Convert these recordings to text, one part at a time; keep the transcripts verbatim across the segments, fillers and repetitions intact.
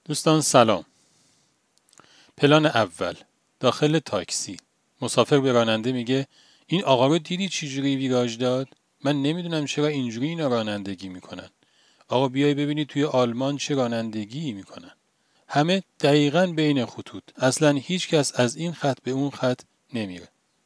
دوستان سلام. پلان اول، داخل تاکسی مسافر به راننده میگه این آقا رو دیدی چجوری ویراژ داد؟ من نمیدونم چرا اینجوری اینا رانندگی میکنن. آقا بیای ببینی توی آلمان چه رانندگی میکنن. همه دقیقاً بین خطوط. اصلا هیچ کس از این خط به اون خط نمیره.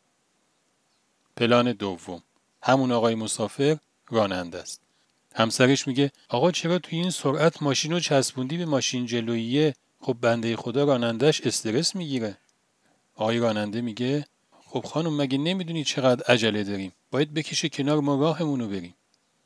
پلان دوم، همون آقای مسافر راننده است. همسرش میگه آقا چرا توی این سرعت ماشین رو چسبوندی به ماشین جلوییه؟ خب بنده خدا رانندش استرس میگیره. آقای راننده میگه خب خانم مگه نمیدونی چقدر عجله داریم؟ باید بکشه کنار ما راهمون رو بریم.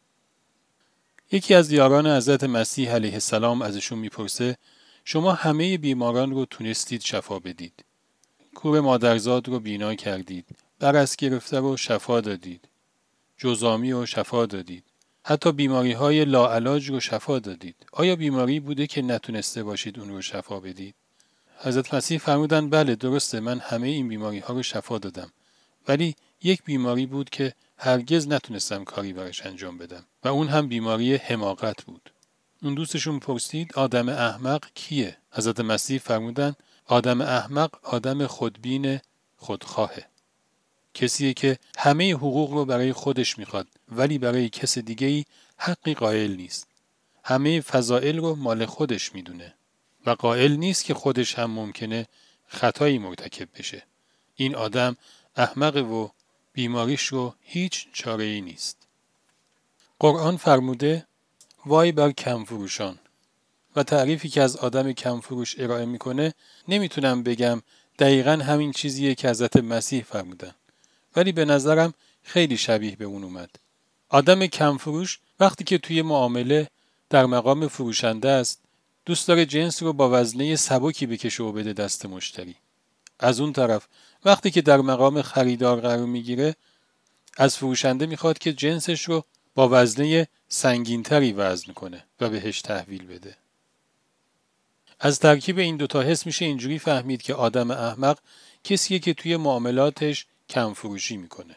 یکی از یاران حضرت مسیح علیه السلام ازشون میپرسه شما همه بیماران رو تونستید شفا بدید. کور مادرزاد رو بینا کردید. برس گرفته رو شفا دادید. جزامی رو شفا دادید. حتی بیماری های لاعلاج رو شفا دادید. آیا بیماری بوده که نتونسته باشید اون رو شفا بدید؟ حضرت مسیح فرمودند بله درسته، من همه این بیماری ها رو شفا دادم. ولی یک بیماری بود که هرگز نتونستم کاری برش انجام بدم و اون هم بیماری حماقت بود. اون دوستشون پرسید آدم احمق کیه؟ حضرت مسیح فرمودند آدم احمق آدم خودبین خودخواهه. کسیه که همه حقوق رو برای خودش میخواد ولی برای کس دیگه‌ای حقی قائل نیست. همه فضائل رو مال خودش میدونه و قائل نیست که خودش هم ممکنه خطایی مرتکب بشه. این آدم احمق و بیماریش رو هیچ چاره‌ای نیست. قرآن فرموده وای بر کمفروشان و تعریفی که از آدم کمفروش ارائه میکنه نمیتونم بگم دقیقاً همین چیزیه که حضرت مسیح فرمودن. ولی به نظرم خیلی شبیه به اون اومد. آدم کمفروش وقتی که توی معامله در مقام فروشنده است دوست داره جنس رو با وزنه سبکی بکشه و بده دست مشتری. از اون طرف وقتی که در مقام خریدار قرار میگیره از فروشنده میخواد که جنسش رو با وزنه سنگینتری وزن کنه و بهش تحویل بده. از ترکیب این دوتا حس میشه اینجوری فهمید که آدم احمق کسیه که توی معاملاتش کم فروشی میکنه.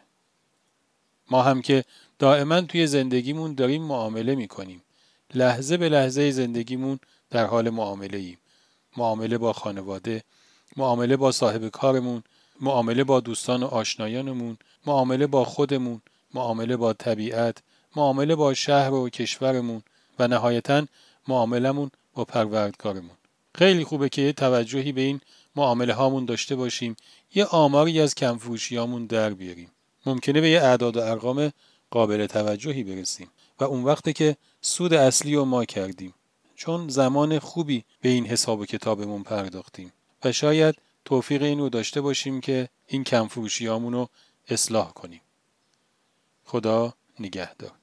ما هم که دائما توی زندگیمون داریم معامله میکنیم. لحظه به لحظه زندگیمون در حال معامله ایم. معامله با خانواده، معامله با صاحب کارمون، معامله با دوستان و آشنایانمون، معامله با خودمون، معامله با طبیعت، معامله با شهر و کشورمون و نهایتاً معاملمون با پروردگارمون. خیلی خوبه که یه توجهی به این معامله هامون داشته باشیم، یه آماری از کمفروشی هامون در بیاریم. ممکنه به یه اعداد و ارقام قابل توجهی برسیم و اون وقته که سود اصلی رو ما کردیم. چون زمان خوبی به این حساب و کتابمون پرداختیم و شاید توفیق اینو داشته باشیم که این کمفروشی هامون رو اصلاح کنیم. خدا نگهدار.